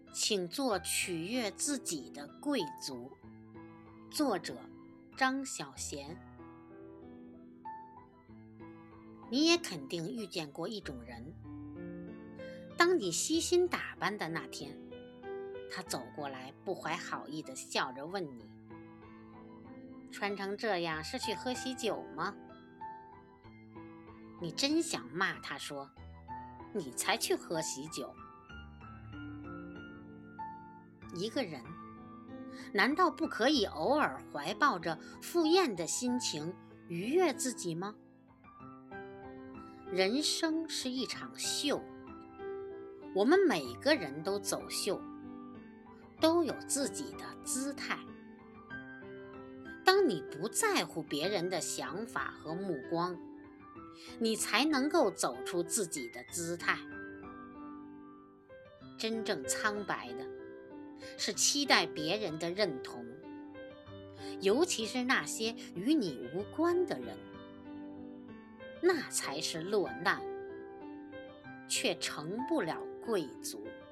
请做取悦自己的贵族。作者张小娴。你也肯定遇见过一种人，当你悉心打扮的那天，他走过来不怀好意地笑着问你，穿成这样是去喝喜酒吗？你真想骂他说，你才去喝喜酒。一个人难道不可以偶尔怀抱着赴宴的心情愉悦自己吗？人生是一场秀，我们每个人都走秀，都有自己的姿态。当你不在乎别人的想法和目光，你才能够走出自己的姿态。真正苍白的是期待别人的认同，尤其是那些与你无关的人，那才是落难，却成不了贵族。